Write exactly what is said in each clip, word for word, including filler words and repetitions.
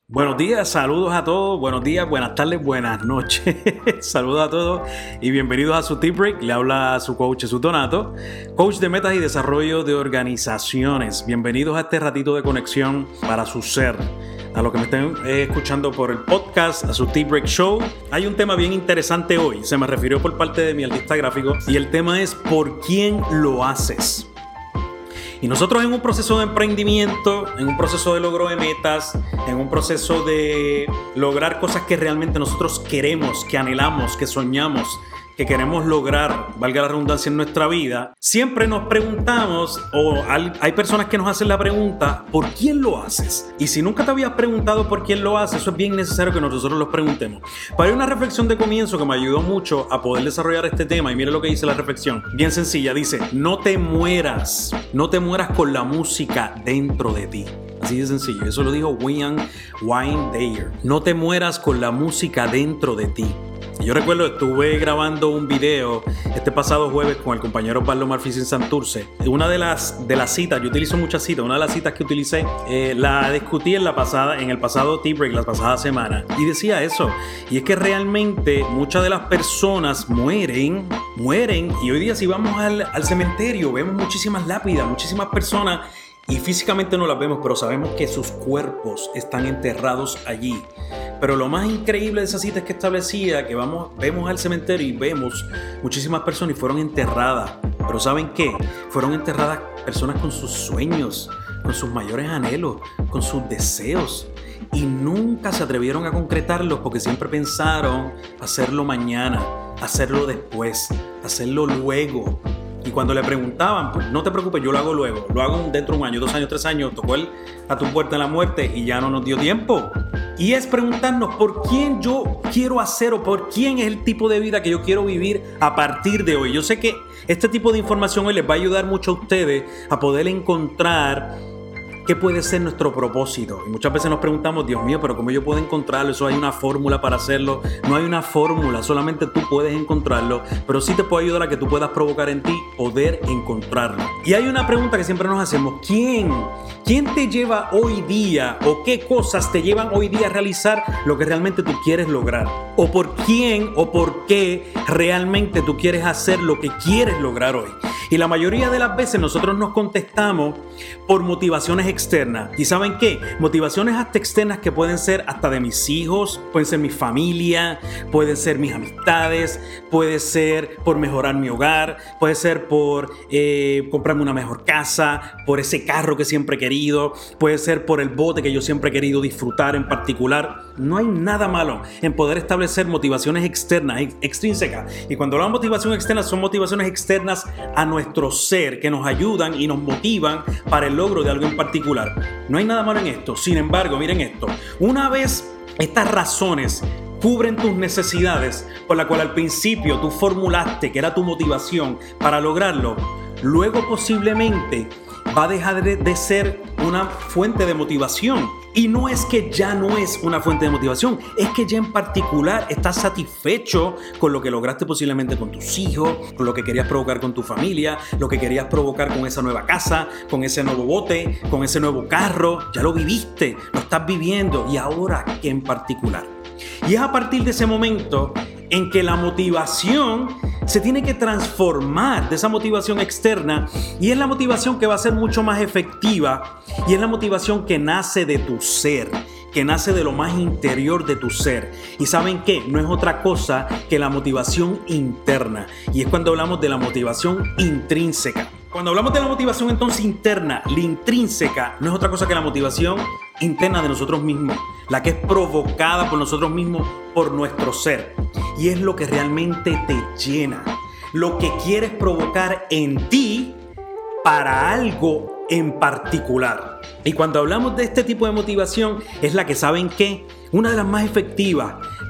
Buenos días, saludos a todos, buenos días, buenas tardes, buenas noches. Saludos a todos y bienvenidos a su Tip Break. Le habla su coach Jesús Donato, coach de metas y desarrollo de organizaciones. Bienvenidos a este ratito de conexión para su ser. A los que me estén eh, escuchando por el podcast, a su Tip Break Show. Hay un tema bien interesante hoy, se me refirió por parte de mi artista gráfico y el tema es ¿por quién lo haces? Y nosotros en un proceso de emprendimiento, en un proceso de logro de metas, en un proceso de lograr cosas que realmente nosotros queremos, que anhelamos, que soñamos, que queremos lograr, valga la redundancia, en nuestra vida, siempre nos preguntamos, o hay personas que nos hacen la pregunta, ¿por quién lo haces? Y si nunca te habías preguntado por quién lo haces, eso es bien necesario que nosotros los preguntemos. Pero hay una reflexión de comienzo que me ayudó mucho a poder desarrollar este tema, y mire lo que dice la reflexión, bien sencilla, dice, no te mueras, no te mueras con la música dentro de ti. Así de sencillo, eso lo dijo William Wayne Dyer. No te mueras con la música dentro de ti. Yo recuerdo, estuve grabando un video este pasado jueves con el compañero Pablo Marfis en Santurce. Una de las, de las citas, yo utilizo muchas citas, una de las citas que utilicé, eh, la discutí en, la pasada, en el pasado Tip Break, la pasada semana, y decía eso. Y es que realmente muchas de las personas mueren, mueren, y hoy día si vamos al, al cementerio, vemos muchísimas lápidas, muchísimas personas, y físicamente no las vemos, pero sabemos que sus cuerpos están enterrados allí. Pero lo más increíble de esa cita es que establecía que vamos, vemos al cementerio y vemos muchísimas personas y fueron enterradas. Pero ¿saben qué? Fueron enterradas personas con sus sueños, con sus mayores anhelos, con sus deseos. Y nunca se atrevieron a concretarlos porque siempre pensaron hacerlo mañana, hacerlo después, hacerlo luego. Y cuando le preguntaban, pues no te preocupes, yo lo hago luego, lo hago dentro de un año, dos años, tres años, tocó él a tu puerta de la muerte y ya no nos dio tiempo. Y es preguntarnos por quién yo quiero hacer o por quién es el tipo de vida que yo quiero vivir a partir de hoy. Yo sé que este tipo de información hoy les va a ayudar mucho a ustedes a poder encontrar qué puede ser nuestro propósito. Y muchas veces nos preguntamos, Dios mío, pero ¿cómo yo puedo encontrarlo? Eso hay una fórmula para hacerlo. No hay una fórmula, solamente tú puedes encontrarlo, pero sí te puede ayudar a que tú puedas provocar en ti poder encontrarlo. Y hay una pregunta que siempre nos hacemos, ¿quién? ¿Quién te lleva hoy día o qué cosas te llevan hoy día a realizar lo que realmente tú quieres lograr? ¿O por quién o por qué realmente tú quieres hacer lo que quieres lograr hoy? Y la mayoría de las veces nosotros nos contestamos por motivaciones externas. ¿Y saben qué? Motivaciones hasta externas que pueden ser hasta de mis hijos, pueden ser mi familia, pueden ser mis amistades, puede ser por mejorar mi hogar, puede ser por eh, comprarme una mejor casa, por ese carro que siempre he querido, puede ser por el bote que yo siempre he querido disfrutar en particular. No hay nada malo en poder establecer motivaciones externas, ex- extrínsecas. Y cuando hablamos de motivación externa, son motivaciones externas a nuestro ser que nos ayudan y nos motivan para el logro de algo en particular. No hay nada malo en esto. Sin embargo, miren esto. Una vez estas razones cubren tus necesidades, por la cual al principio tú formulaste que era tu motivación para lograrlo, luego posiblemente va a dejar de, de ser una fuente de motivación. Y no es que ya no es una fuente de motivación, es que ya en particular estás satisfecho con lo que lograste posiblemente con tus hijos, con lo que querías provocar con tu familia, lo que querías provocar con esa nueva casa, con ese nuevo bote, con ese nuevo carro. Ya lo viviste, lo estás viviendo. ¿Y ahora qué en particular? Y es a partir de ese momento en que la motivación se tiene que transformar de esa motivación externa y es la motivación que va a ser mucho más efectiva y es la motivación que nace de tu ser, que nace de lo más interior de tu ser. ¿Y saben qué? No es otra cosa que la motivación interna y es cuando hablamos de la motivación intrínseca. Cuando hablamos de la motivación entonces interna, la intrínseca, no es otra cosa que la motivación interna de nosotros mismos, la que es provocada por nosotros mismos, por nuestro ser. Y es lo que realmente te llena, lo que quieres provocar en ti para algo en particular. Y cuando hablamos de este tipo de motivación, es la que, ¿saben qué? Una de las más efectivas,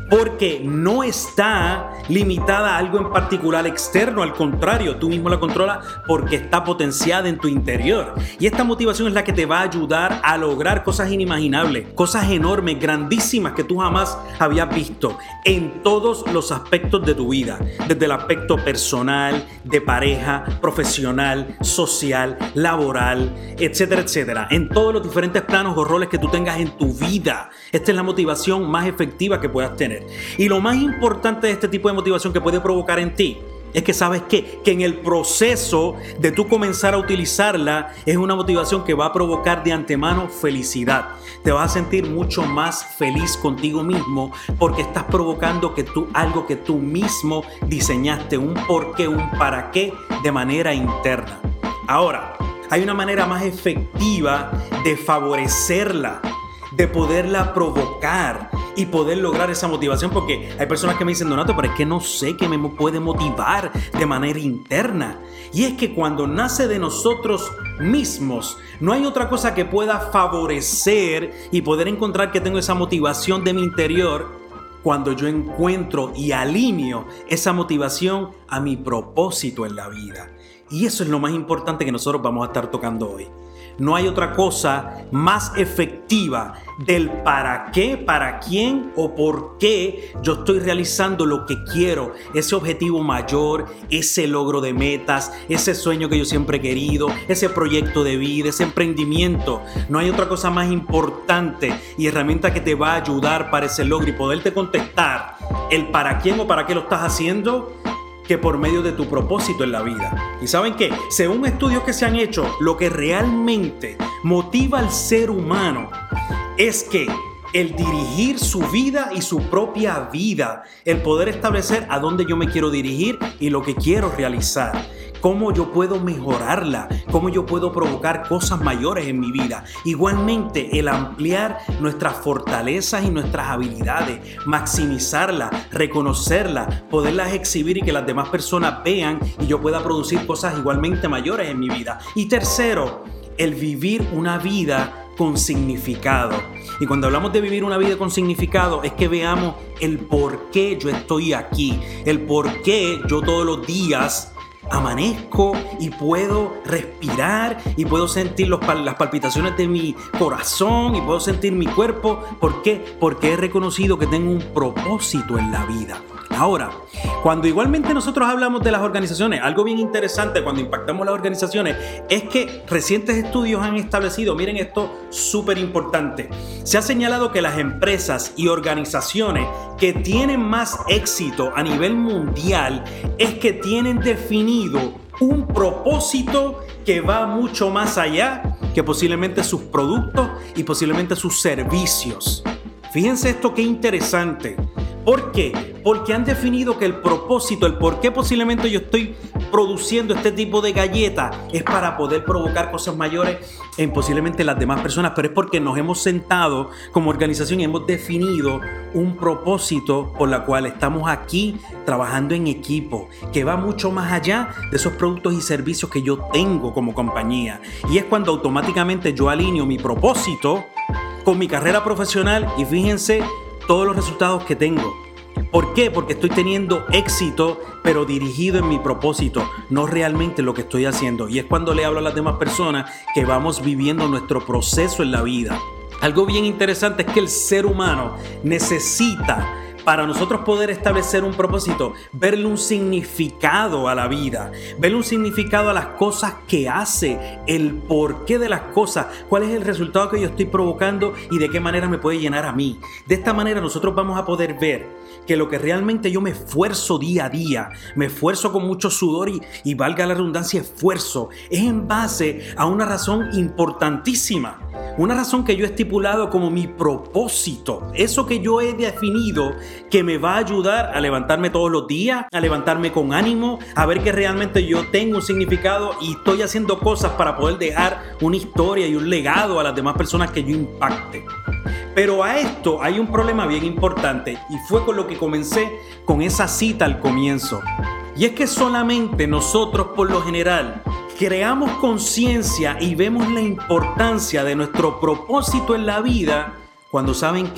porque no está limitada a algo en particular externo, al contrario, tú mismo la controlas porque está potenciada en tu interior. Y esta motivación es la que te va a ayudar a lograr cosas inimaginables, cosas enormes, grandísimas que tú jamás habías visto en todos los aspectos de tu vida, desde el aspecto personal, de pareja, profesional, social, laboral, etcétera, etcétera. En todos los diferentes planos o roles que tú tengas en tu vida. Esta es la motivación más efectiva que puedas tener. Y lo más importante de este tipo de motivación que puede provocar en ti es que sabes qué, que en el proceso de tú comenzar a utilizarla es una motivación que va a provocar de antemano felicidad. Te vas a sentir mucho más feliz contigo mismo porque estás provocando que tú, algo que tú mismo diseñaste, un por qué, un para qué de manera interna. Ahora, hay una manera más efectiva de favorecerla, de poderla provocar y poder lograr esa motivación, porque hay personas que me dicen, Donato, pero es que no sé qué me puede motivar de manera interna. Y es que cuando nace de nosotros mismos, no hay otra cosa que pueda favorecer y poder encontrar que tengo esa motivación de mi interior cuando yo encuentro y alineo esa motivación a mi propósito en la vida. Y eso es lo más importante que nosotros vamos a estar tocando hoy. No hay otra cosa más efectiva del para qué, para quién o por qué yo estoy realizando lo que quiero, ese objetivo mayor, ese logro de metas, ese sueño que yo siempre he querido, ese proyecto de vida, ese emprendimiento. No hay otra cosa más importante y herramienta que te va a ayudar para ese logro y poderte contestar el para quién o para qué lo estás haciendo, que por medio de tu propósito en la vida. ¿Y saben qué? Según estudios que se han hecho, lo que realmente motiva al ser humano es que el dirigir su vida y su propia vida, el poder establecer a dónde yo me quiero dirigir y lo que quiero realizar, cómo yo puedo mejorarla, cómo yo puedo provocar cosas mayores en mi vida. Igualmente, el ampliar nuestras fortalezas y nuestras habilidades, maximizarlas, reconocerlas, poderlas exhibir y que las demás personas vean y yo pueda producir cosas igualmente mayores en mi vida. Y tercero, el vivir una vida con significado. Y cuando hablamos de vivir una vida con significado es que veamos el por qué yo estoy aquí, el por qué yo todos los días amanezco y puedo respirar y puedo sentir los, las palpitaciones de mi corazón y puedo sentir mi cuerpo. ¿Por qué? Porque he reconocido que tengo un propósito en la vida. Ahora, cuando igualmente nosotros hablamos de las organizaciones, algo bien interesante cuando impactamos las organizaciones es que recientes estudios han establecido, miren esto súper importante, se ha señalado que las empresas y organizaciones que tienen más éxito a nivel mundial es que tienen definido un propósito que va mucho más allá que posiblemente sus productos y posiblemente sus servicios. Fíjense esto qué interesante. ¿Por qué? Porque han definido que el propósito, el por qué posiblemente yo estoy produciendo este tipo de galletas es para poder provocar cosas mayores en posiblemente las demás personas, pero es porque nos hemos sentado como organización y hemos definido un propósito por la cual estamos aquí trabajando en equipo, que va mucho más allá de esos productos y servicios que yo tengo como compañía. Y es cuando automáticamente yo alineo mi propósito con mi carrera profesional y fíjense todos los resultados que tengo. ¿Por qué? Porque estoy teniendo éxito, pero dirigido en mi propósito, no realmente lo que estoy haciendo. Y es cuando le hablo a las demás personas que vamos viviendo nuestro proceso en la vida. Algo bien interesante es que el ser humano necesita, para nosotros poder establecer un propósito, verle un significado a la vida, verle un significado a las cosas que hace, el porqué de las cosas, cuál es el resultado que yo estoy provocando y de qué manera me puede llenar a mí. De esta manera nosotros vamos a poder ver que lo que realmente yo me esfuerzo día a día, me esfuerzo con mucho sudor y, y valga la redundancia, esfuerzo, es en base a una razón importantísima. Una razón que yo he estipulado como mi propósito, eso que yo he definido que me va a ayudar a levantarme todos los días, a levantarme con ánimo, a ver que realmente yo tengo un significado y estoy haciendo cosas para poder dejar una historia y un legado a las demás personas que yo impacte. Pero a esto hay un problema bien importante y fue con lo que comencé con esa cita al comienzo. Y es que solamente nosotros por lo general creamos conciencia y vemos la importancia de nuestro propósito en la vida cuando, ¿saben qué?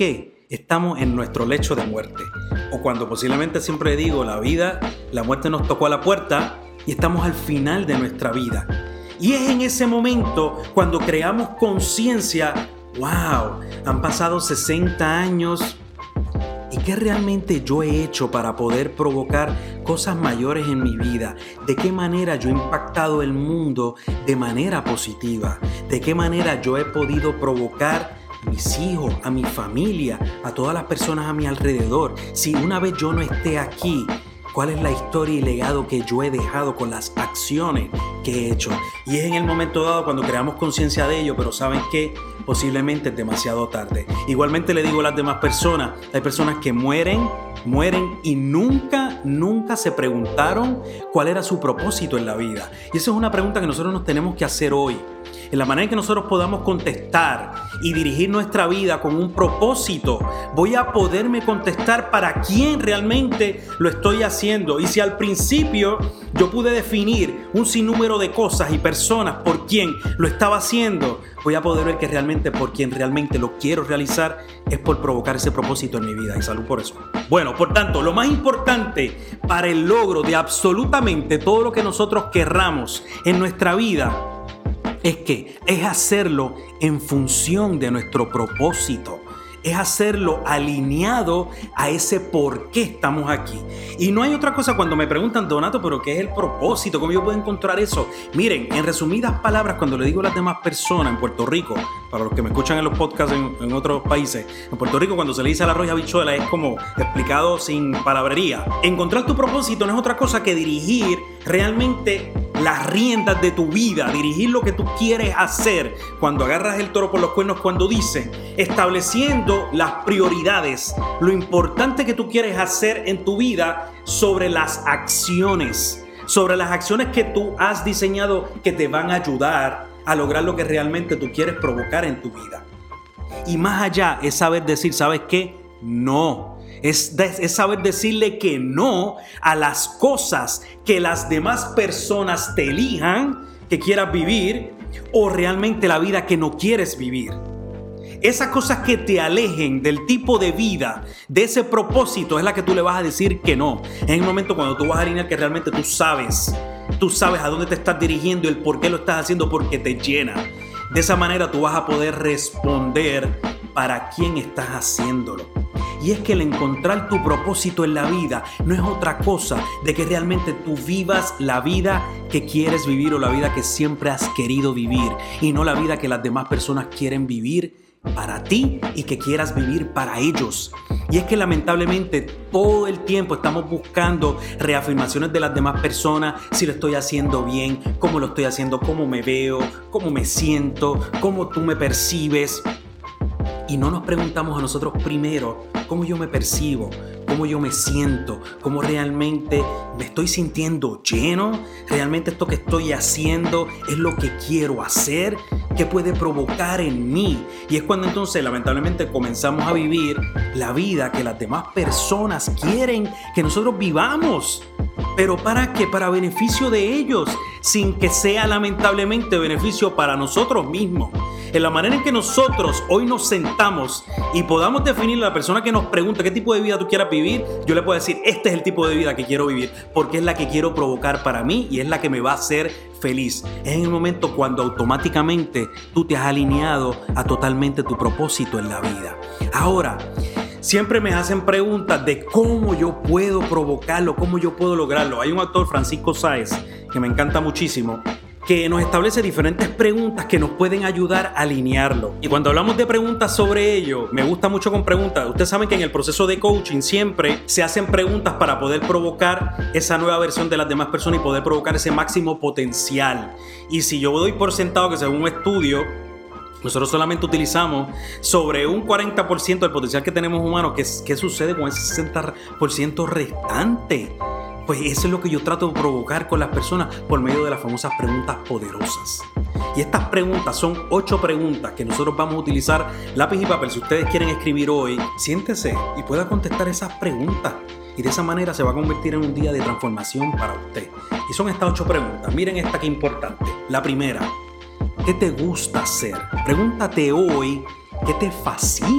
estamos en nuestro lecho de muerte. O cuando posiblemente siempre digo, la vida, la muerte nos tocó a la puerta y estamos al final de nuestra vida. Y es en ese momento cuando creamos conciencia, wow, han pasado sesenta años. ¿Y qué realmente yo he hecho para poder provocar cosas mayores en mi vida? ¿De qué manera yo he impactado el mundo de manera positiva? ¿De qué manera yo he podido provocar a mis hijos, a mi familia, a todas las personas a mi alrededor? Si una vez yo no esté aquí, ¿cuál es la historia y legado que yo he dejado con las acciones que he hecho? Y es en el momento dado cuando creamos conciencia de ello, pero ¿saben qué? Posiblemente es demasiado tarde. Igualmente le digo a las demás personas, hay personas que mueren, mueren y nunca, nunca se preguntaron cuál era su propósito en la vida. Y esa es una pregunta que nosotros nos tenemos que hacer hoy. En la manera en que nosotros podamos contestar y dirigir nuestra vida con un propósito, voy a poderme contestar para quién realmente lo estoy haciendo. Y si al principio yo pude definir un sinnúmero de cosas y personas por quién lo estaba haciendo, voy a poder ver que realmente por quien realmente lo quiero realizar es por provocar ese propósito en mi vida. Y salud por eso. Bueno, por tanto, lo más importante para el logro de absolutamente todo lo que nosotros querramos en nuestra vida es que es hacerlo en función de nuestro propósito. Es hacerlo alineado a ese por qué estamos aquí. Y no hay otra cosa cuando me preguntan, Donato, ¿pero qué es el propósito? ¿Cómo yo puedo encontrar eso? Miren, en resumidas palabras, cuando le digo a las demás personas en Puerto Rico, para los que me escuchan en los podcasts en, en otros países, en Puerto Rico cuando se le dice al arroz y habichuela es como explicado sin palabrería. Encontrar tu propósito no es otra cosa que dirigir realmente las riendas de tu vida, dirigir lo que tú quieres hacer cuando agarras el toro por los cuernos, cuando dicen, estableciendo las prioridades, lo importante que tú quieres hacer en tu vida sobre las acciones, sobre las acciones que tú has diseñado que te van a ayudar a lograr lo que realmente tú quieres provocar en tu vida. Y más allá es saber decir, ¿sabes qué? No. Es, de, es saber decirle que no a las cosas que las demás personas te elijan que quieras vivir o realmente la vida que no quieres vivir. Esas cosas que te alejen del tipo de vida, de ese propósito, es la que tú le vas a decir que no. En el momento cuando tú vas a alinear que realmente tú sabes, tú sabes a dónde te estás dirigiendo y el por qué lo estás haciendo, porque te llena. De esa manera tú vas a poder responder para quién estás haciéndolo. Y es que el encontrar tu propósito en la vida no es otra cosa de que realmente tú vivas la vida que quieres vivir o la vida que siempre has querido vivir y no la vida que las demás personas quieren vivir para ti y que quieras vivir para ellos. Y es que lamentablemente todo el tiempo estamos buscando reafirmaciones de las demás personas, si lo estoy haciendo bien, cómo lo estoy haciendo, cómo me veo, cómo me siento, cómo tú me percibes. Y no nos preguntamos a nosotros primero cómo yo me percibo, cómo yo me siento, cómo realmente me estoy sintiendo lleno, realmente esto que estoy haciendo es lo que quiero hacer, qué puede provocar en mí. Y es cuando entonces lamentablemente comenzamos a vivir la vida que las demás personas quieren que nosotros vivamos. ¿Pero para qué? Para beneficio de ellos, sin que sea lamentablemente beneficio para nosotros mismos. En la manera en que nosotros hoy nos sentamos y podamos definir a la persona que nos pregunta qué tipo de vida tú quieras vivir, yo le puedo decir, este es el tipo de vida que quiero vivir, porque es la que quiero provocar para mí y es la que me va a hacer feliz. Es en el momento cuando automáticamente tú te has alineado a totalmente tu propósito en la vida. Ahora, siempre me hacen preguntas de cómo yo puedo provocarlo, cómo yo puedo lograrlo. Hay un autor, Francisco Sáez, que me encanta muchísimo, que nos establece diferentes preguntas que nos pueden ayudar a alinearlo. Y cuando hablamos de preguntas sobre ello, me gusta mucho con preguntas. Ustedes saben que en el proceso de coaching siempre se hacen preguntas para poder provocar esa nueva versión de las demás personas y poder provocar ese máximo potencial. Y si yo doy por sentado que según un estudio, nosotros solamente utilizamos sobre un cuarenta por ciento del potencial que tenemos humanos, ¿qué, qué sucede con ese sesenta por ciento restante? Pues eso es lo que yo trato de provocar con las personas por medio de las famosas preguntas poderosas. Y estas preguntas son ocho preguntas que nosotros vamos a utilizar lápiz y papel. Si ustedes quieren escribir hoy, siéntese y pueda contestar esas preguntas. Y de esa manera se va a convertir en un día de transformación para usted. Y son estas ocho preguntas. Miren esta que importante. La primera, ¿qué te gusta hacer? Pregúntate hoy, ¿qué te fascina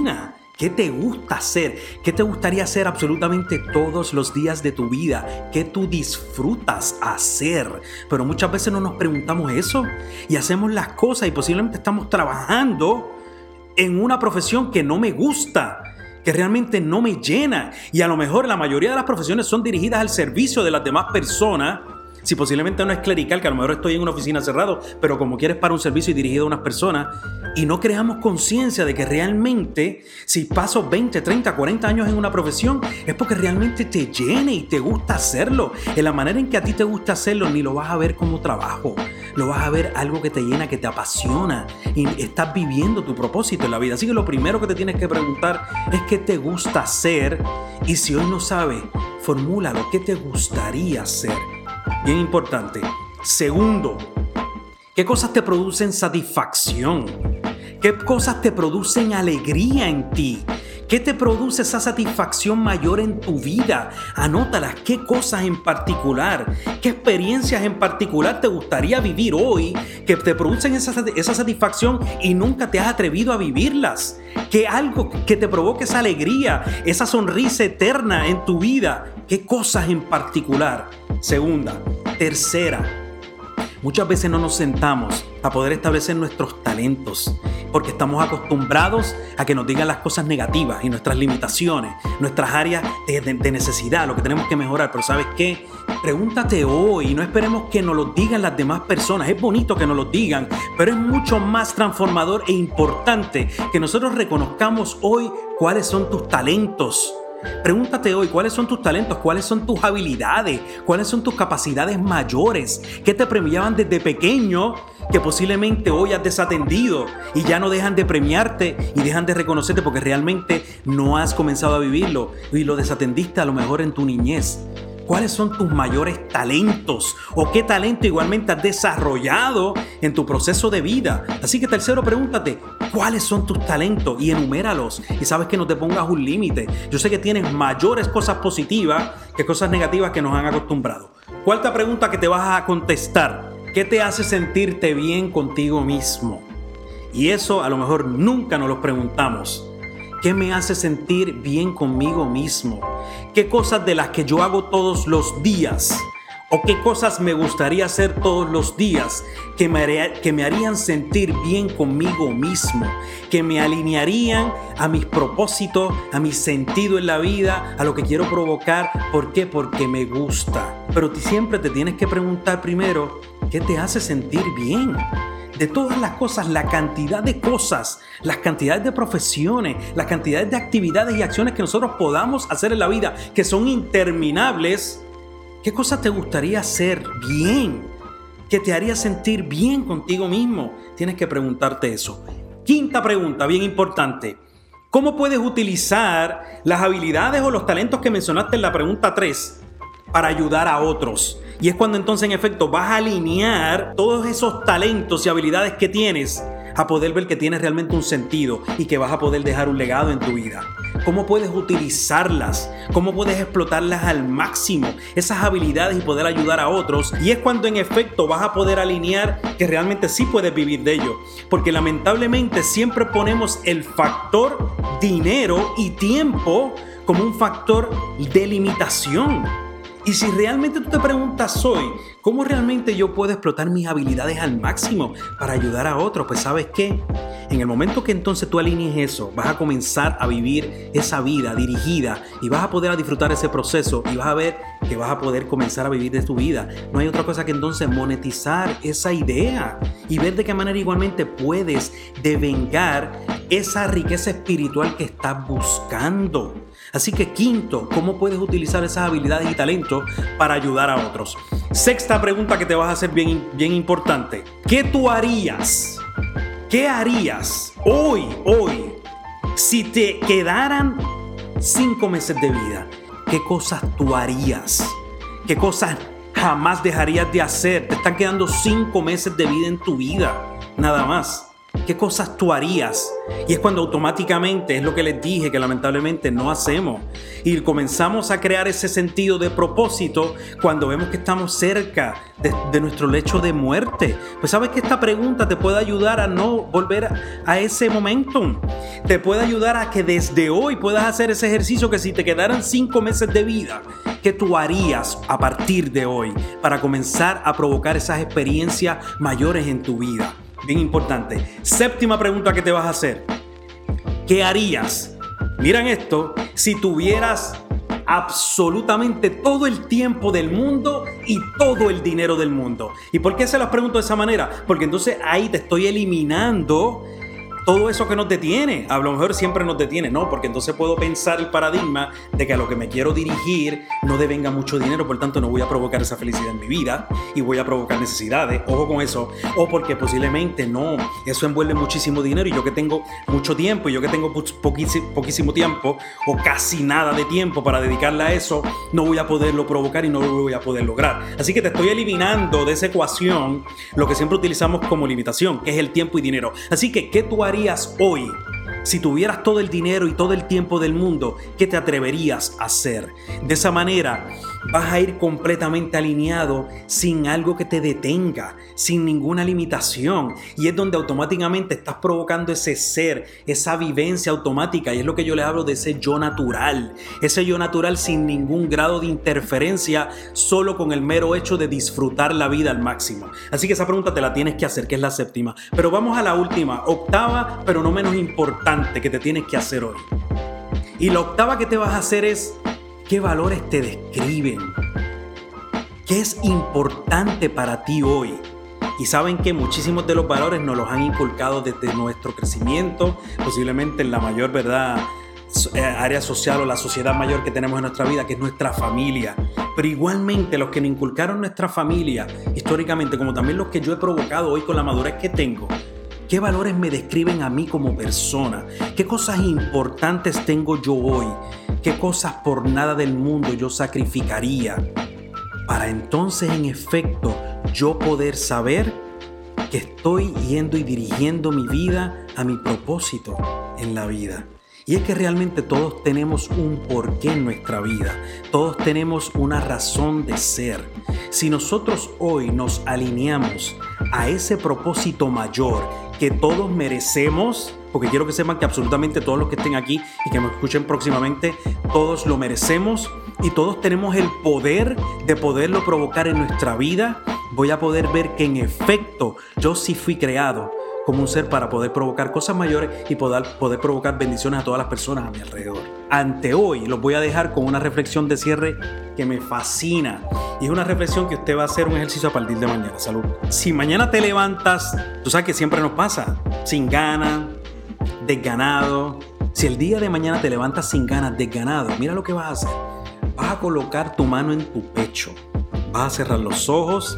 ¿Qué te gusta hacer? ¿Qué te gustaría hacer absolutamente todos los días de tu vida? ¿Qué tú disfrutas hacer? Pero muchas veces no nos preguntamos eso y hacemos las cosas y posiblemente estamos trabajando en una profesión que no me gusta, que realmente no me llena. Y a lo mejor la mayoría de las profesiones son dirigidas al servicio de las demás personas. Si posiblemente no es clerical, que a lo mejor estoy en una oficina cerrado, pero como quieres para un servicio y dirigido a unas personas, y no creamos conciencia de que realmente si paso veinte, treinta, cuarenta años en una profesión es porque realmente te llene y te gusta hacerlo. En la manera en que a ti te gusta hacerlo, ni lo vas a ver como trabajo, lo vas a ver algo que te llena, que te apasiona y estás viviendo tu propósito en la vida. Así que lo primero que te tienes que preguntar es qué te gusta hacer, y si hoy no sabes, formúlalo, ¿qué te gustaría hacer? Bien importante. Segundo, ¿qué cosas te producen satisfacción? ¿Qué cosas te producen alegría en ti? ¿Qué te produce esa satisfacción mayor en tu vida? Anótalas. ¿Qué cosas en particular? ¿Qué experiencias en particular te gustaría vivir hoy que te producen esa, esa satisfacción y nunca te has atrevido a vivirlas? ¿Qué algo que te provoque esa alegría, esa sonrisa eterna en tu vida? ¿Qué cosas en particular? Segunda. Tercera. Muchas veces no nos sentamos a poder establecer nuestros talentos porque estamos acostumbrados a que nos digan las cosas negativas y nuestras limitaciones, nuestras áreas de, de, de necesidad, lo que tenemos que mejorar. Pero ¿sabes qué? Pregúntate hoy y no esperemos que nos lo digan las demás personas. Es bonito que nos lo digan, pero es mucho más transformador e importante que nosotros reconozcamos hoy cuáles son tus talentos. Pregúntate hoy cuáles son tus talentos, cuáles son tus habilidades, cuáles son tus capacidades mayores, que te premiaban desde pequeño, que posiblemente hoy has desatendido y ya no dejan de premiarte y dejan de reconocerte porque realmente no has comenzado a vivirlo y lo desatendiste a lo mejor en tu niñez. ¿Cuáles son tus mayores talentos? ¿O qué talento igualmente has desarrollado en tu proceso de vida? Así que tercero, pregúntate, ¿cuáles son tus talentos? Y enuméralos. Y sabes que no te pongas un límite. Yo sé que tienes mayores cosas positivas que cosas negativas que nos han acostumbrado. Cuarta pregunta que te vas a contestar. ¿Qué te hace sentirte bien contigo mismo? Y eso a lo mejor nunca nos lo preguntamos. ¿Qué me hace sentir bien conmigo mismo? ¿Qué cosas de las que yo hago todos los días o qué cosas me gustaría hacer todos los días que me, haría, que me harían sentir bien conmigo mismo, que me alinearían a mis propósitos, a mi sentido en la vida, a lo que quiero provocar? ¿Por qué? Porque me gusta. Pero siempre te tienes que preguntar primero, ¿qué te hace sentir bien? De todas las cosas, la cantidad de cosas, las cantidades de profesiones, las cantidades de actividades y acciones que nosotros podamos hacer en la vida, que son interminables, ¿qué cosas te gustaría hacer bien? ¿Qué te haría sentir bien contigo mismo? Tienes que preguntarte eso. Quinta pregunta, bien importante. ¿Cómo puedes utilizar las habilidades o los talentos que mencionaste en la pregunta tres para ayudar a otros? Y es cuando entonces en efecto vas a alinear todos esos talentos y habilidades que tienes a poder ver que tienes realmente un sentido y que vas a poder dejar un legado en tu vida. ¿Cómo puedes utilizarlas? ¿Cómo puedes explotarlas al máximo? Esas habilidades y poder ayudar a otros. Y es cuando en efecto vas a poder alinear que realmente sí puedes vivir de ello. Porque lamentablemente siempre ponemos el factor dinero y tiempo como un factor de limitación. Y si realmente tú te preguntas hoy, ¿cómo realmente yo puedo explotar mis habilidades al máximo para ayudar a otros? Pues ¿sabes qué? En el momento que entonces tú alinees eso, vas a comenzar a vivir esa vida dirigida y vas a poder disfrutar ese proceso y vas a ver que vas a poder comenzar a vivir de tu vida. No hay otra cosa que entonces monetizar esa idea y ver de qué manera igualmente puedes devengar esa riqueza espiritual que estás buscando. Así que quinto, ¿cómo puedes utilizar esas habilidades y talentos para ayudar a otros? Sexta pregunta que te vas a hacer bien, bien importante. ¿Qué tú harías? ¿Qué harías hoy, hoy, si te quedaran cinco meses de vida? ¿Qué cosas tú harías? ¿Qué cosas jamás dejarías de hacer? Te están quedando cinco meses de vida en tu vida, nada más. ¿Qué cosas tú harías? Y es cuando automáticamente, es lo que les dije, que lamentablemente no hacemos. Y comenzamos a crear ese sentido de propósito cuando vemos que estamos cerca de, de nuestro lecho de muerte. Pues sabes que esta pregunta te puede ayudar a no volver a, a ese momentum. Te puede ayudar a que desde hoy puedas hacer ese ejercicio que si te quedaran cinco meses de vida, ¿qué tú harías a partir de hoy para comenzar a provocar esas experiencias mayores en tu vida? Bien importante. Séptima pregunta que te vas a hacer. ¿Qué harías? Miren esto, si tuvieras absolutamente todo el tiempo del mundo y todo el dinero del mundo. ¿Y por qué se las pregunto de esa manera? Porque entonces ahí te estoy eliminando todo eso que nos detiene. A lo mejor siempre nos detiene, ¿no? Porque entonces puedo pensar el paradigma de que a lo que me quiero dirigir no devenga mucho dinero, por tanto no voy a provocar esa felicidad en mi vida y voy a provocar necesidades. Ojo con eso. O porque posiblemente no, eso envuelve muchísimo dinero y yo que tengo mucho tiempo y yo que tengo poquísimo, poquísimo tiempo o casi nada de tiempo para dedicarle a eso, no voy a poderlo provocar y no lo voy a poder lograr. Así que te estoy eliminando de esa ecuación lo que siempre utilizamos como limitación, que es el tiempo y dinero. Así que, ¿qué tú harías hoy? Si tuvieras todo el dinero y todo el tiempo del mundo, ¿qué te atreverías a hacer? De esa manera vas a ir completamente alineado, sin algo que te detenga, sin ninguna limitación. Y es donde automáticamente estás provocando ese ser, esa vivencia automática. Y es lo que yo les hablo de ese yo natural. Ese yo natural sin ningún grado de interferencia, solo con el mero hecho de disfrutar la vida al máximo. Así que esa pregunta te la tienes que hacer, que es la séptima. Pero vamos a la última, octava, pero no menos importante, que te tienes que hacer hoy. Y la octava que te vas a hacer es: ¿qué valores te describen? ¿Qué es importante para ti hoy? Y saben que muchísimos de los valores nos los han inculcado desde nuestro crecimiento, posiblemente en la mayor, ¿verdad?, área social o la sociedad mayor que tenemos en nuestra vida, que es nuestra familia. Pero igualmente los que nos inculcaron nuestra familia históricamente, como también los que yo he provocado hoy con la madurez que tengo, ¿qué valores me describen a mí como persona? ¿Qué cosas importantes tengo yo hoy? ¿Qué cosas por nada del mundo yo sacrificaría? Para entonces, en efecto, yo poder saber que estoy yendo y dirigiendo mi vida a mi propósito en la vida. Y es que realmente todos tenemos un porqué en nuestra vida. Todos tenemos una razón de ser. Si nosotros hoy nos alineamos a ese propósito mayor que todos merecemos, porque quiero que sepan que absolutamente todos los que estén aquí y que me escuchen próximamente, todos lo merecemos y todos tenemos el poder de poderlo provocar en nuestra vida, voy a poder ver que en efecto yo sí fui creado como un ser para poder provocar cosas mayores y poder, poder provocar bendiciones a todas las personas a mi alrededor. Ante hoy los voy a dejar con una reflexión de cierre que me fascina. Y es una reflexión que usted va a hacer un ejercicio a partir de mañana. Salud. Si mañana te levantas, tú sabes que siempre nos pasa, sin ganas, desganado. Si el día de mañana te levantas sin ganas, desganado, mira lo que vas a hacer. Vas a colocar tu mano en tu pecho. Vas a cerrar los ojos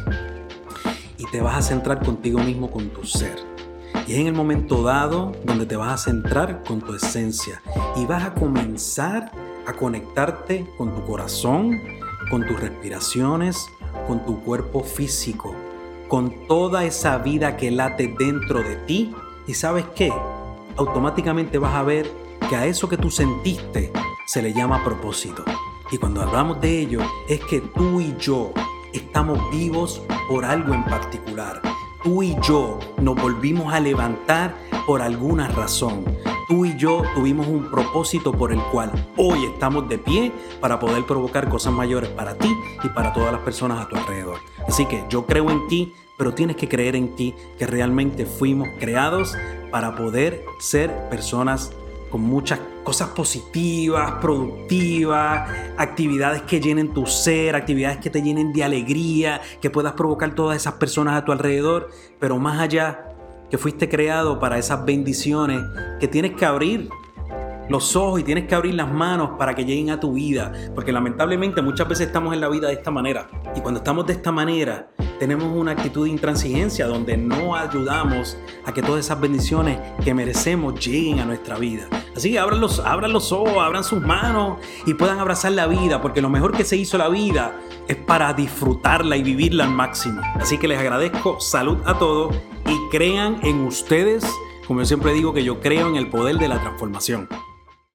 y te vas a centrar contigo mismo, con tu ser. Y es en el momento dado donde te vas a centrar con tu esencia y vas a comenzar a conectarte con tu corazón, con tus respiraciones, con tu cuerpo físico, con toda esa vida que late dentro de ti. ¿Y sabes qué? Automáticamente vas a ver que a eso que tú sentiste se le llama propósito. Y cuando hablamos de ello, es que tú y yo estamos vivos por algo en particular. Tú y yo nos volvimos a levantar por alguna razón. Tú y yo tuvimos un propósito por el cual hoy estamos de pie para poder provocar cosas mayores para ti y para todas las personas a tu alrededor. Así que yo creo en ti, pero tienes que creer en ti, que realmente fuimos creados para poder ser personas con muchas cosas positivas, productivas, actividades que llenen tu ser, actividades que te llenen de alegría, que puedas provocar todas esas personas a tu alrededor, pero más allá, que fuiste creado para esas bendiciones que tienes que abrir los ojos y tienes que abrir las manos para que lleguen a tu vida, porque lamentablemente muchas veces estamos en la vida de esta manera, y cuando estamos de esta manera tenemos una actitud de intransigencia donde no ayudamos a que todas esas bendiciones que merecemos lleguen a nuestra vida. Así que abran los, abran los ojos, abran sus manos y puedan abrazar la vida, porque lo mejor que se hizo la vida es para disfrutarla y vivirla al máximo. Así que les agradezco, salud a todos y crean en ustedes. Como yo siempre digo, que yo creo en el poder de la transformación.